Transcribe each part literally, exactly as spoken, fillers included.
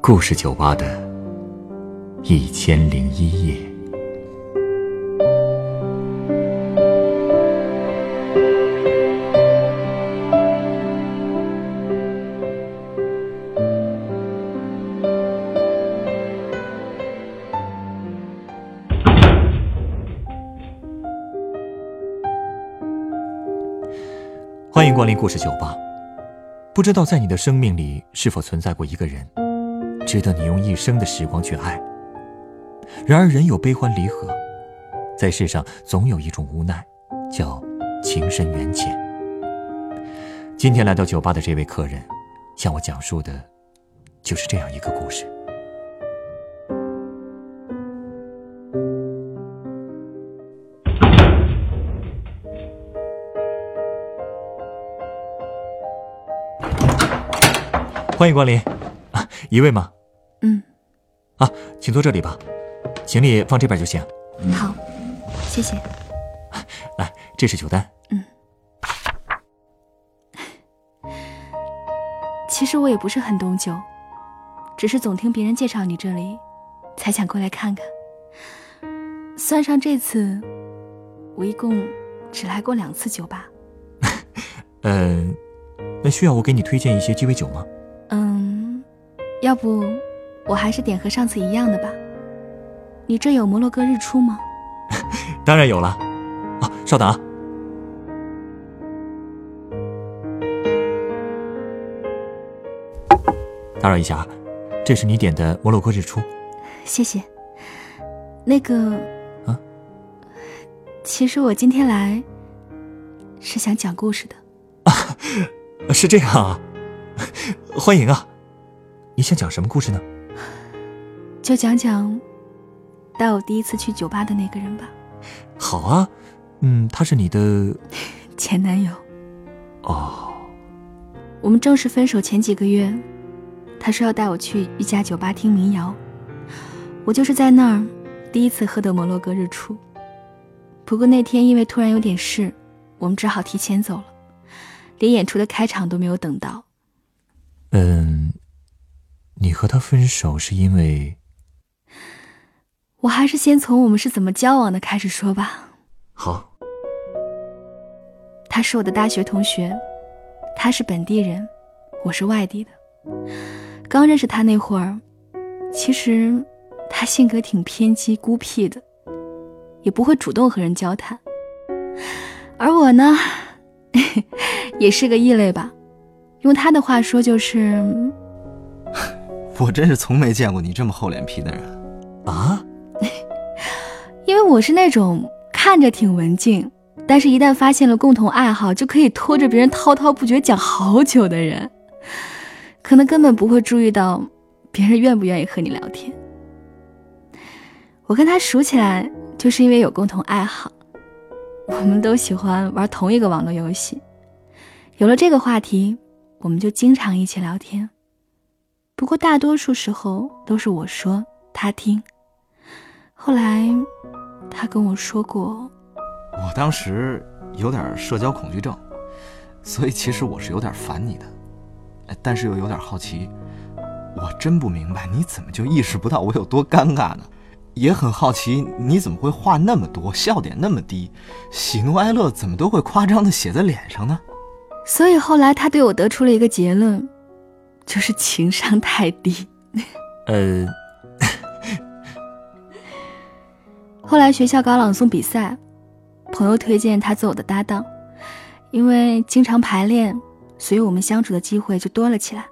故事酒吧的一千零一夜。欢迎光临故事酒吧。不知道在你的生命里是否存在过一个人，值得你用一生的时光去爱。然而人有悲欢离合，在世上总有一种无奈，叫情深缘浅。今天来到酒吧的这位客人，向我讲述的就是这样一个故事。欢迎光临，啊，一位吗？ 嗯。 啊，请坐这里吧，行李放这边就行。 好，谢谢。 来，这是酒单。 嗯。其实我也不是很懂酒，只是总听别人介绍你这里，才想过来看看。算上这次，我一共只来过两次酒吧。 呃，那需要我给你推荐一些鸡尾酒吗？ 嗯，要不我还是点和上次一样的吧。你这有摩洛哥日出吗？ 当然有了。啊，稍等啊。打扰一下，这是你点的摩洛哥日出。 谢谢。那个啊， 其实我今天来是想讲故事的。 啊，是这样啊。欢迎啊，你想讲什么故事呢？ 就讲讲带我第一次去酒吧的那个人吧。 好啊，嗯，他是你的前男友。 哦。 我们正式分手前几个月，他说要带我去一家酒吧听民谣，我就是在那儿第一次喝的摩洛哥日出。不过那天因为突然有点事，我们只好提前走了，连演出的开场都没有等到。 嗯，你和他分手是因为…… 我还是先从我们是怎么交往的开始说吧。 好。 他是我的大学同学，他是本地人，我是外地的。刚认识他那会儿，其实他性格挺偏激孤僻的，也不会主动和人交谈。而我呢，也是个异类吧。用他的话说就是我真是从没见过你这么厚脸皮的人啊。 因为我是那种看着挺文静，但是一旦发现了共同爱好就可以拖着别人滔滔不绝讲好久的人，可能根本不会注意到别人愿不愿意和你聊天。我跟他熟起来就是因为有共同爱好，我们都喜欢玩同一个网络游戏，有了这个话题我们就经常一起聊天。不过大多数时候都是我说他听。后来他跟我说过， 我当时有点社交恐惧症，所以其实我是有点烦你的，但是又有点好奇。我真不明白你怎么就意识不到我有多尴尬呢？也很好奇你怎么会话那么多，笑点那么低，喜怒哀乐怎么都会夸张地写在脸上呢？ 所以后来他对我得出了一个结论，就是情商太低。 呃， 后来学校搞朗诵比赛，朋友推荐他做我的搭档，因为经常排练，所以我们相处的机会就多了起来。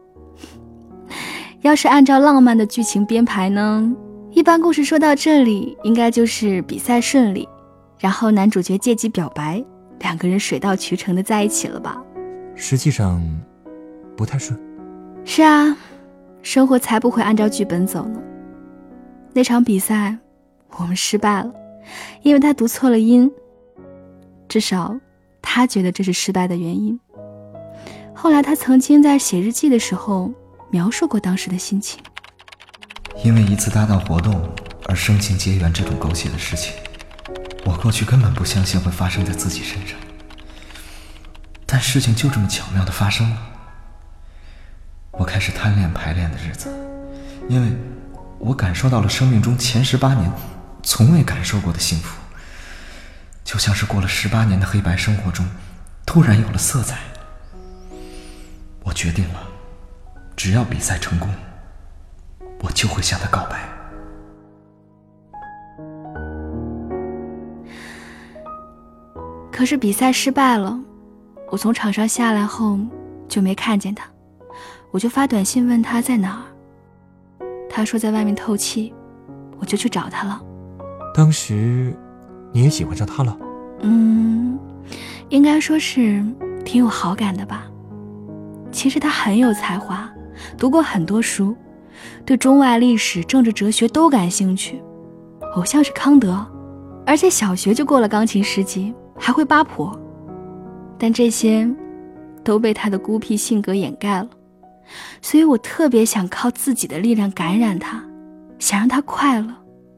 要是按照浪漫的剧情编排呢，一般故事说到这里应该就是比赛顺利，然后男主角借机表白，两个人水到渠成的在一起了吧。 实际上不太顺。 是啊，生活才不会按照剧本走呢。那场比赛我们失败了，因为他读错了音，至少他觉得这是失败的原因。后来他曾经在写日记的时候描述过当时的心情。 因为一次搭档活动而生情结缘这种狗血的事情，我过去根本不相信会发生在自己身上，但事情就这么巧妙地发生了。我开始贪恋排练的日子， 因为我感受到了生命中前十八年从未感受过的幸福，就像是过了十八年的黑白生活中突然有了色彩。我决定了，只要比赛成功，我就会向他告白。 可是比赛失败了，我从场上下来后就没看见他，我就发短信问他在哪儿，他说在外面透气，我就去找他了。 当时你也喜欢上他了？ 嗯，应该说是挺有好感的吧。其实他很有才华，读过很多书，对中外历史、政治哲学都感兴趣，偶像是康德，而且小学就过了钢琴十级，还会八婆。但这些都被他的孤僻性格掩盖了，所以我特别想靠自己的力量感染他，想让他快乐。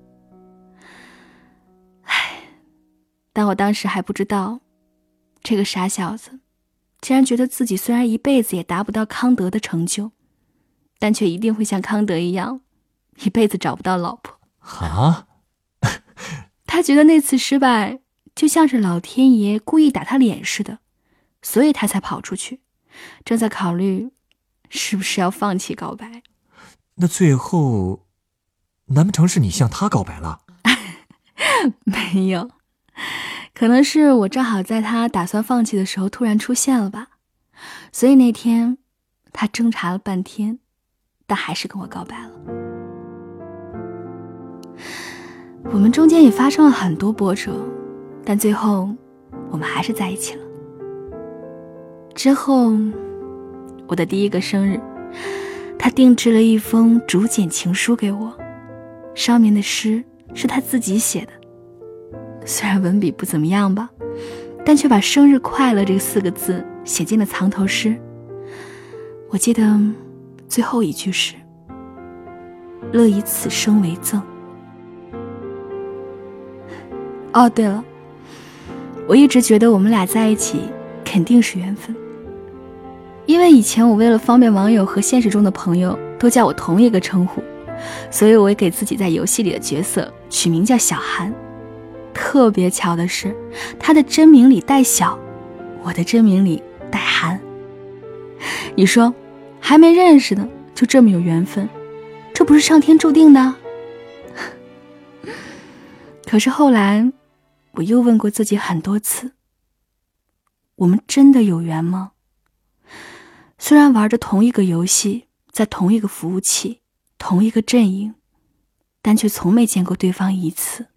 唉，但我当时还不知道，这个傻小子竟然觉得自己虽然一辈子也达不到康德的成就，但却一定会像康德一样一辈子找不到老婆。 啊？ 他觉得那次失败就像是老天爷故意打他脸似的，所以他才跑出去，正在考虑是不是要放弃告白。 那最后难不成是你向他告白了？ 没有，可能是我正好在他打算放弃的时候突然出现了吧，所以那天他挣扎了半天，但还是跟我告白了。我们中间也发生了很多波折，但最后我们还是在一起了。之后我的第一个生日，他定制了一封竹简情书给我，上面的诗是他自己写的，虽然文笔不怎么样吧，但却把生日快乐这四个字写进了藏头诗。我记得最后一句是乐以此生为赠。哦，对了，我一直觉得我们俩在一起肯定是缘分，因为以前我为了方便网友和现实中的朋友都叫我同一个称呼，所以我也给自己在游戏里的角色取名叫小韩。特别巧的是，他的真名里带小，我的真名里带韩。你说还没认识呢就这么有缘分，这不是上天注定的？可是后来我又问过自己很多次，我们真的有缘吗？虽然玩着同一个游戏，在同一个服务器，同一个阵营，但却从没见过对方一次。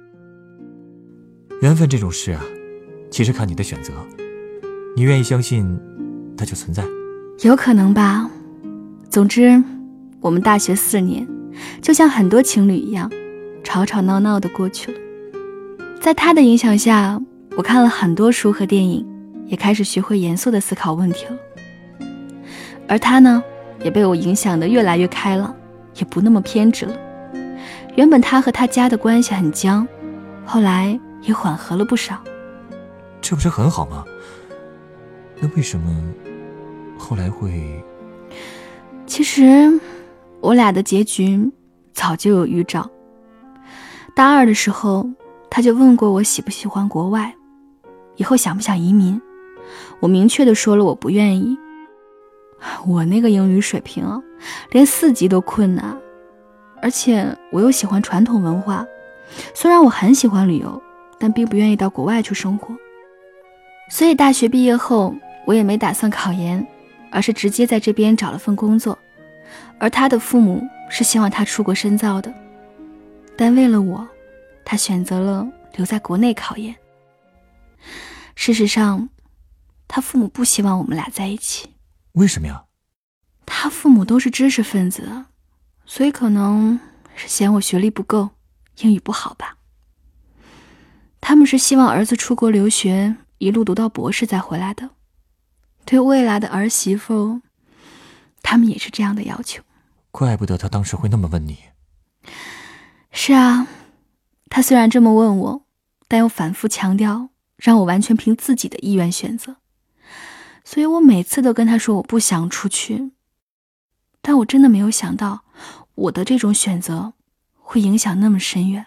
缘分这种事啊，其实看你的选择，你愿意相信它就存在。 有可能吧。总之我们大学四年就像很多情侣一样吵吵闹闹的过去了。在他的影响下，我看了很多书和电影，也开始学会严肃的思考问题了。而他呢，也被我影响得越来越开朗，也不那么偏执了。原本他和他家的关系很僵，后来也缓和了不少。 这不是很好吗？那为什么后来会…… 其实我俩的结局早就有预兆。大二的时候，他就问过我喜不喜欢国外，以后想不想移民。我明确地说了我不愿意。我那个英语水平啊，连四级都困难，而且我又喜欢传统文化，虽然我很喜欢旅游，但并不愿意到国外去生活。所以大学毕业后，我也没打算考研，而是直接在这边找了份工作。而他的父母是希望他出国深造的，但为了我，他选择了留在国内考研。事实上，他父母不希望我们俩在一起。 为什么呀？ 他父母都是知识分子，所以可能是嫌我学历不够，英语不好吧。他们是希望儿子出国留学，一路读到博士再回来的。对未来的儿媳妇，他们也是这样的要求。 怪不得他当时会那么问你。 是啊，他虽然这么问我，但又反复强调让我完全凭自己的意愿选择。所以我每次都跟他说我不想出去，但我真的没有想到， 我的这种选择会影响那么深远。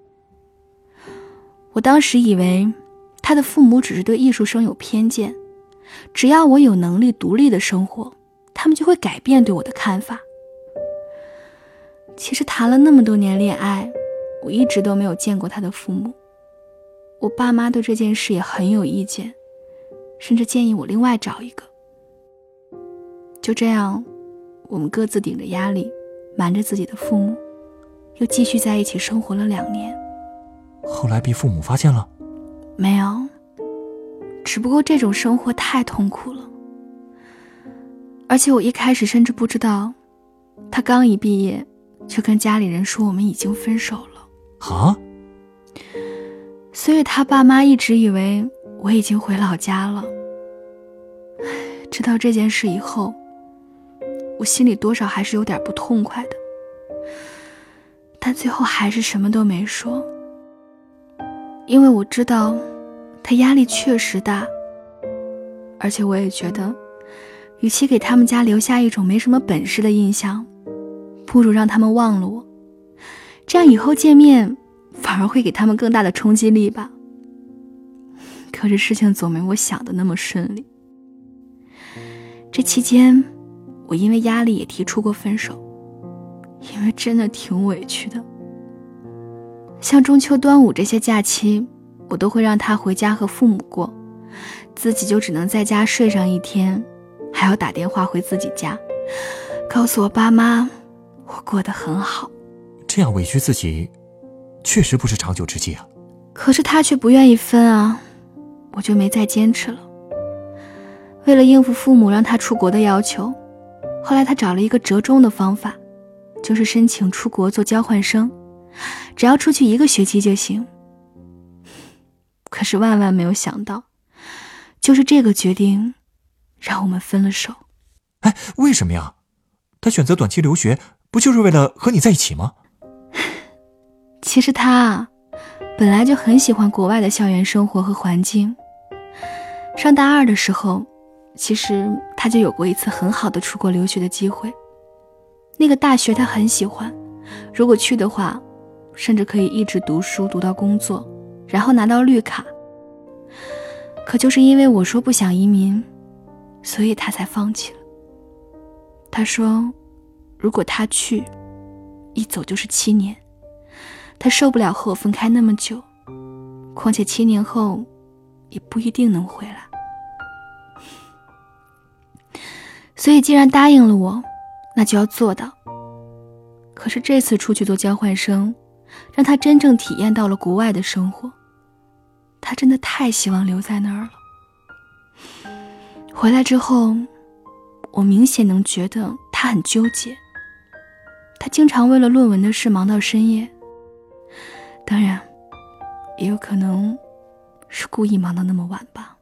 我当时以为他的父母只是对艺术生有偏见，只要我有能力独立的生活，他们就会改变对我的看法。其实谈了那么多年恋爱，我一直都没有见过他的父母。我爸妈对这件事也很有意见，甚至建议我另外找一个。就这样，我们各自顶着压力，瞒着自己的父母，又继续在一起生活了两年。 后来被父母发现了？ 没有，只不过这种生活太痛苦了。而且我一开始甚至不知道，他刚一毕业就跟家里人说我们已经分手了。 啊？ 所以他爸妈一直以为我已经回老家了。知道这件事以后，我心里多少还是有点不痛快的，但最后还是什么都没说。因为我知道他压力确实大，而且我也觉得与其给他们家留下一种没什么本事的印象，不如让他们忘了我，这样以后见面反而会给他们更大的冲击力吧。可是事情总没我想的那么顺利。这期间我因为压力也提出过分手，因为真的挺委屈的。像中秋端午这些假期，我都会让他回家和父母过，自己就只能在家睡上一天，还要打电话回自己家，告诉我爸妈我过得很好。 这样委屈自己确实不是长久之计啊。 可是他却不愿意分啊，我就没再坚持了。为了应付父母让他出国的要求，后来他找了一个折中的方法，就是申请出国做交换生，只要出去一个学期就行。可是万万没有想到，就是这个决定让我们分了手。 哎，为什么呀？他选择短期留学不就是为了和你在一起吗？ 其实他啊，本来就很喜欢国外的校园生活和环境。上大二的时候，其实他就有过一次很好的出国留学的机会。那个大学他很喜欢，如果去的话，甚至可以一直读书读到工作，然后拿到绿卡。可就是因为我说不想移民，所以他才放弃了。他说如果他去，一走就是七年，他受不了和我分开那么久，况且七年后也不一定能回来。所以既然答应了我，那就要做到。可是这次出去做交换生，让他真正体验到了国外的生活，他真的太希望留在那儿了。回来之后，我明显能觉得他很纠结，他经常为了论文的事忙到深夜，当然也有可能是故意忙到那么晚吧。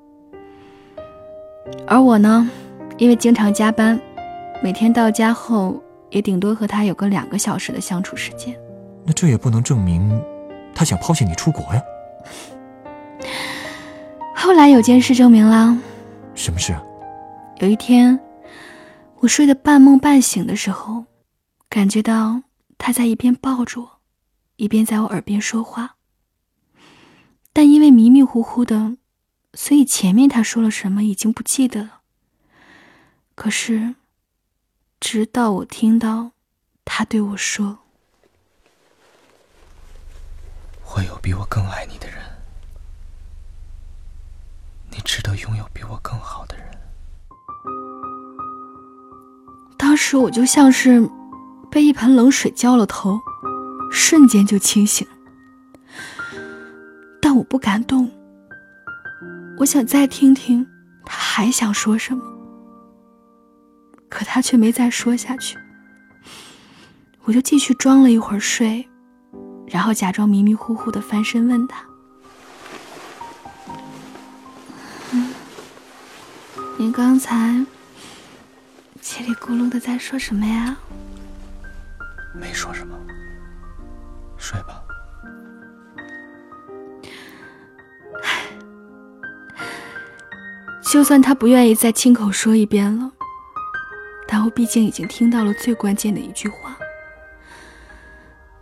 而我呢，因为经常加班，每天到家后也顶多和他有个两个小时的相处时间。 那这也不能证明他想抛弃你出国呀。 后来有件事证明了。 什么事啊？ 有一天我睡得半梦半醒的时候，感觉到他在一边抱着我，一边在我耳边说话。但因为迷迷糊糊的，所以前面他说了什么已经不记得了。可是直到我听到他对我说， 会有比我更爱你的人，你值得拥有比我更好的人。 当时我就像是被一盆冷水浇了头，瞬间就清醒。但我不敢动，我想再听听他还想说什么，可他却没再说下去。我就继续装了一会儿睡，然后假装迷迷糊糊的翻身问他，嗯，你刚才叽里咕噜的在说什么呀？ 没说什么，睡吧。 就算他不愿意再亲口说一遍了，但我毕竟已经听到了最关键的一句话。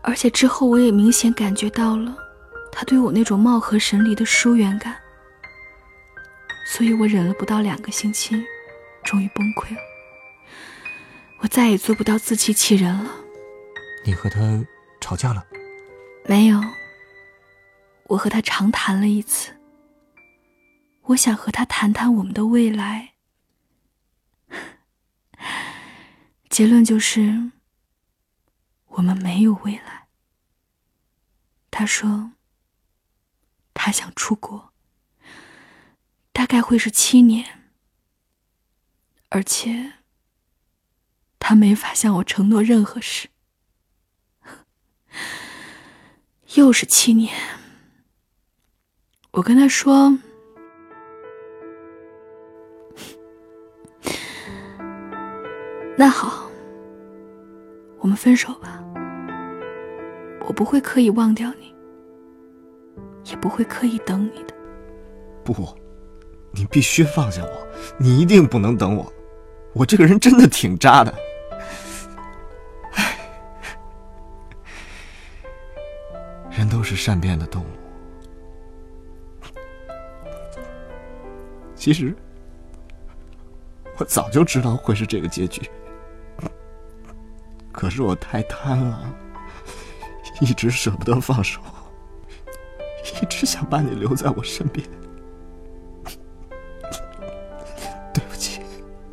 而且之后我也明显感觉到了他对我那种貌合神离的疏远感，所以我忍了不到两个星期，终于崩溃了。我再也做不到自欺欺人了。 你和他吵架了？ 没有，我和他长谈了一次。我想和他谈谈我们的未来。结论就是我们没有未来。他说他想出国，大概会是七年，而且他没法向我承诺任何事。又是七年。我跟他说，那好，我们分手吧。我不会刻意忘掉你，也不会刻意等你的。 不，你必须放下我，你一定不能等我。我这个人真的挺渣的。唉，人都是善变的动物。其实我早就知道会是这个结局，可是我太贪了，一直舍不得放手，一直想把你留在我身边。对不起，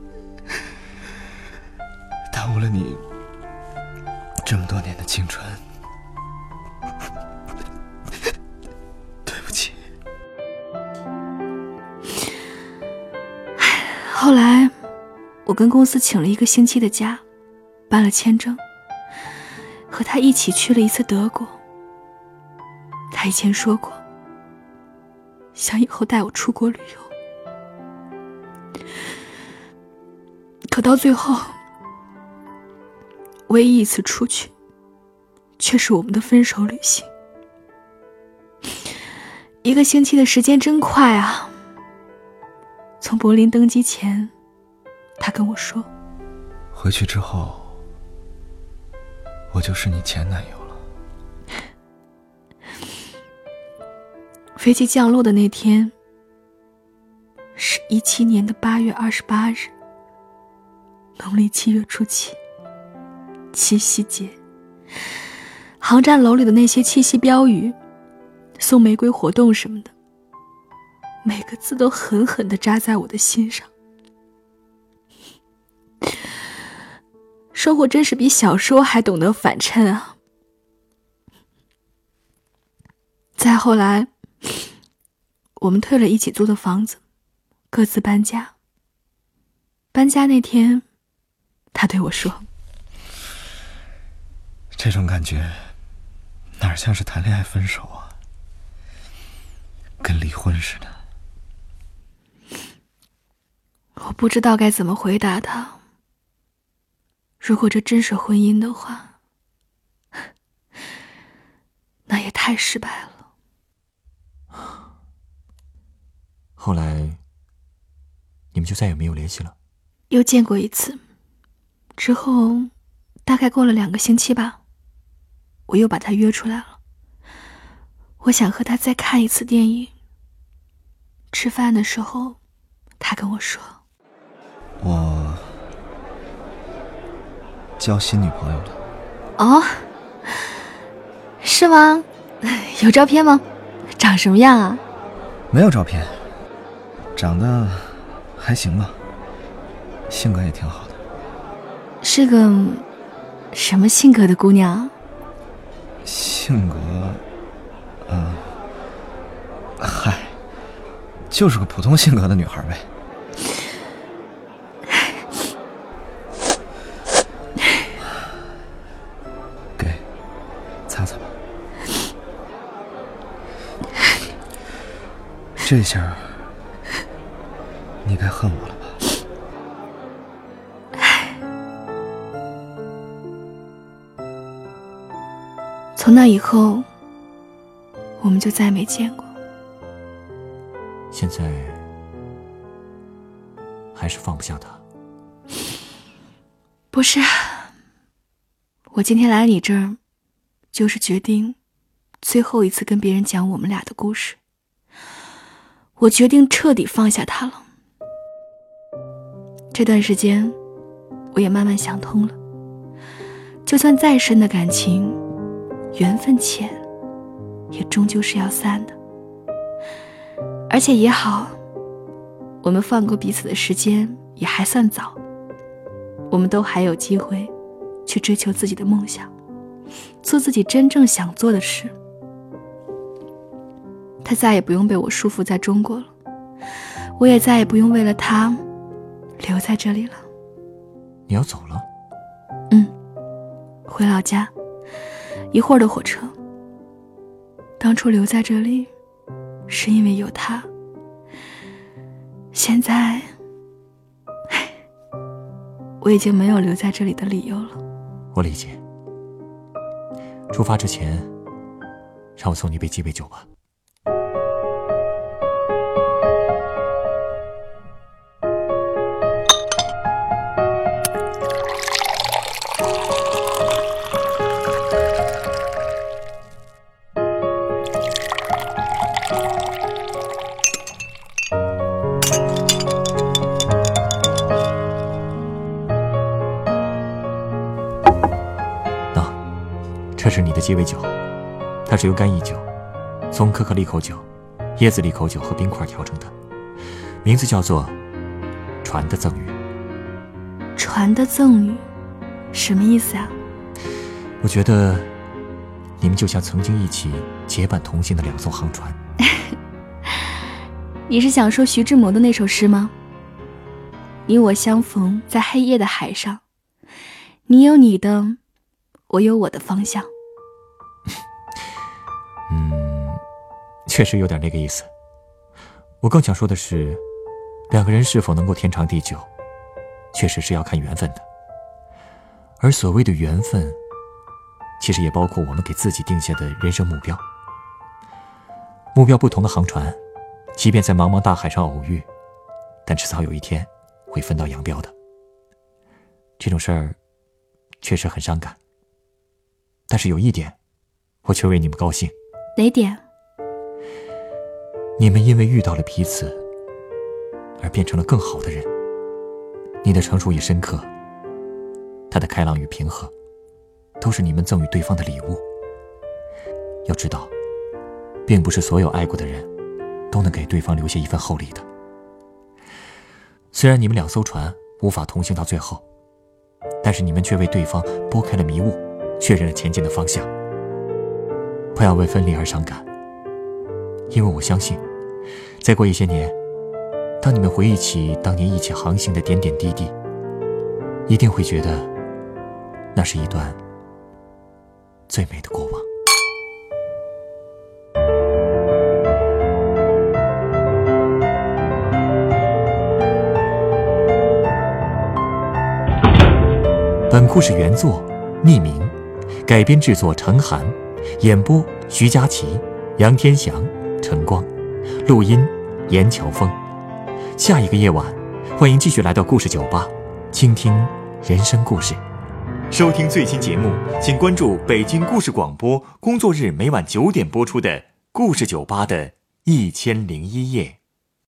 耽误了你这么多年的青春。对不起。 后来我跟公司请了一个星期的假，办了签证，和他一起去了一次德国。他以前说过想以后带我出国旅游，可到最后唯一一次出去却是我们的分手旅行。一个星期的时间真快啊。从柏林登机前，他跟我说， 回去之后我就是你前男友了。 飞机降落的那天是一七年的八月二十八日，农历七月初七，七夕节。航站楼里的那些七夕标语、送玫瑰活动什么的，每个字都狠狠地扎在我的心上。生活真是比小说还懂得反衬啊。再后来，我们退了一起租的房子，各自搬家。搬家那天，他对我说， 这种感觉哪像是谈恋爱分手啊，跟离婚似的。 我不知道该怎么回答他。如果这真是婚姻的话，那也太失败了。 后来你们就再也没有联系了？ 又见过一次，之后大概过了两个星期吧，我又把他约出来了。我想和他再看一次电影。吃饭的时候，他跟我说， 我交新女朋友了。 哦，是吗？有照片吗？长什么样啊？ 没有照片，长得还行吧，性格也挺好的。 是个什么性格的姑娘？ 性格，嗯、呃，嗨，就是个普通性格的女孩呗。给，擦擦吧。这下你该恨我了吧？ 从那以后，我们就再没见过。 现在还是放不下他？ 不是，我今天来你这儿， 就是决定最后一次跟别人讲我们俩的故事。我决定彻底放下他了。这段时间我也慢慢想通了，就算再深的感情，缘分浅也终究是要散的。而且也好，我们放过彼此的时间也还算早，我们都还有机会去追求自己的梦想，做自己真正想做的事。他再也不用被我束缚在中国了，我也再也不用为了他留在这里了。 你要走了？ 嗯，回老家，一会儿的火车。当初留在这里是因为有他，现在我已经没有留在这里的理由了。 我理解。出发之前，让我送你杯鸡尾酒吧。这是你的鸡尾酒，它是由干邑酒、松可可利口酒、椰子利口酒和冰块调成的，名字叫做船的赠予。 船的赠予什么意思啊？ 我觉得你们就像曾经一起结伴同行的两艘航船。 你是想说徐志摩的那首诗吗？你我相逢在黑夜的海上，你有你的，我有我的方向。 嗯，确实有点那个意思。我更想说的是，两个人是否能够天长地久，确实是要看缘分的。而所谓的缘分，其实也包括我们给自己定下的人生目标。目标不同的航船，即便在茫茫大海上偶遇，但迟早有一天会分道扬镳的。这种事儿确实很伤感，但是有一点，我却为你们高兴。 哪点？ 你们因为遇到了彼此，而变成了更好的人。你的成熟与深刻，他的开朗与平和，都是你们赠予对方的礼物。要知道，并不是所有爱过的人都能给对方留下一份厚礼的。虽然你们两艘船无法同行到最后，但是你们却为对方拨开了迷雾，确认了前进的方向。不要为分离而伤感，因为我相信，再过一些年，当你们回忆起当年一起航行的点点滴滴，一定会觉得那是一段最美的过往。本故事原作匿名，改编制作陈寒，演播徐佳琪、杨天祥、陈光，录音严乔峰。下一个夜晚，欢迎继续来到故事酒吧，倾听人生故事。收听最新节目，请关注北京故事广播，工作日每晚九点播出的故事酒吧的一千零一夜。